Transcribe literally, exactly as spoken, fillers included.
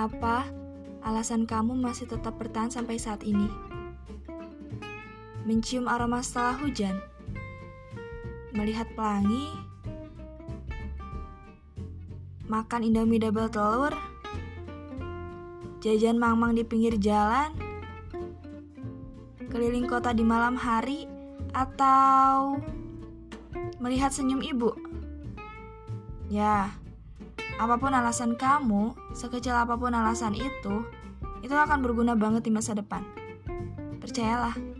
Apa alasan kamu masih tetap bertahan sampai saat ini? Mencium aroma setelah hujan? Melihat pelangi? Makan Indomie double telur? Jajan mangmang di pinggir jalan? Keliling kota di malam hari? Atau melihat senyum ibu? Ya, apapun alasan kamu, sekecil apapun alasan itu, itu akan berguna banget di masa depan. Percayalah.